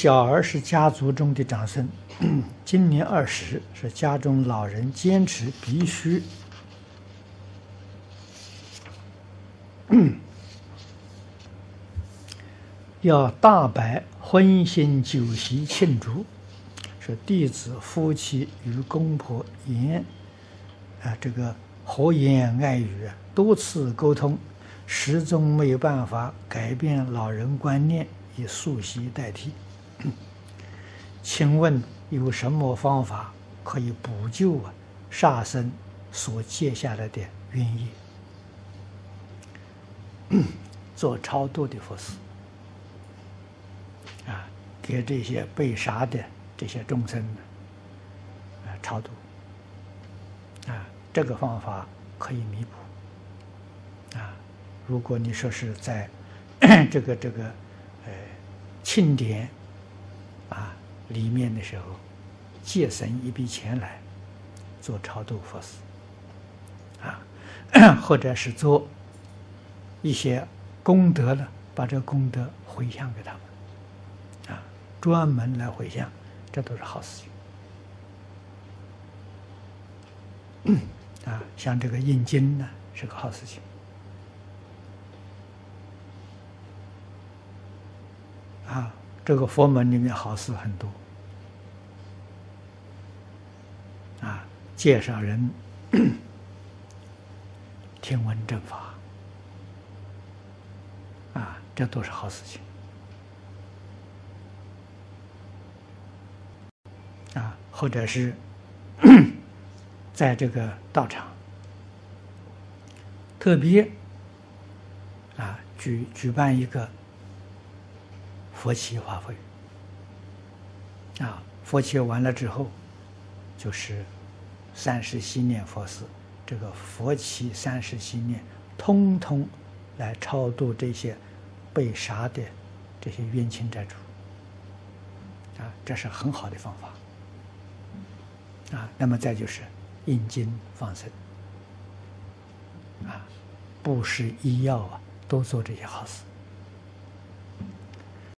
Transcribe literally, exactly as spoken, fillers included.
小儿是家族中的长孙，今年二十，是家中老人坚持必须要大摆婚姻酒席庆祝，是弟子夫妻与公婆言啊这个和言爱语多次沟通，始终没有办法改变老人观念，以素席代替。请问有什么方法可以补救啊杀生所结下来的冤业？做超度的佛事啊，给这些被杀的这些众生呢，啊超度啊，这个方法可以弥补啊。如果你说是在这个这个呃庆典啊里面的时候，节省一笔钱来做超度佛事啊，或者是做一些功德呢，把这个功德回向给他们啊，专门来回向，这都是好事情啊。像这个印经呢，是个好事情啊。这个佛门里面好事很多啊，介绍人听闻正法啊，这都是好事情啊。或者是在这个道场特别啊举举办一个佛七法会啊，佛七完了之后，就是三世系念佛事，这个佛七三世系念，通通来超度这些被杀的这些冤亲债主啊，这是很好的方法啊。那么再就是印经放生啊，布施医药啊，都做这些好事。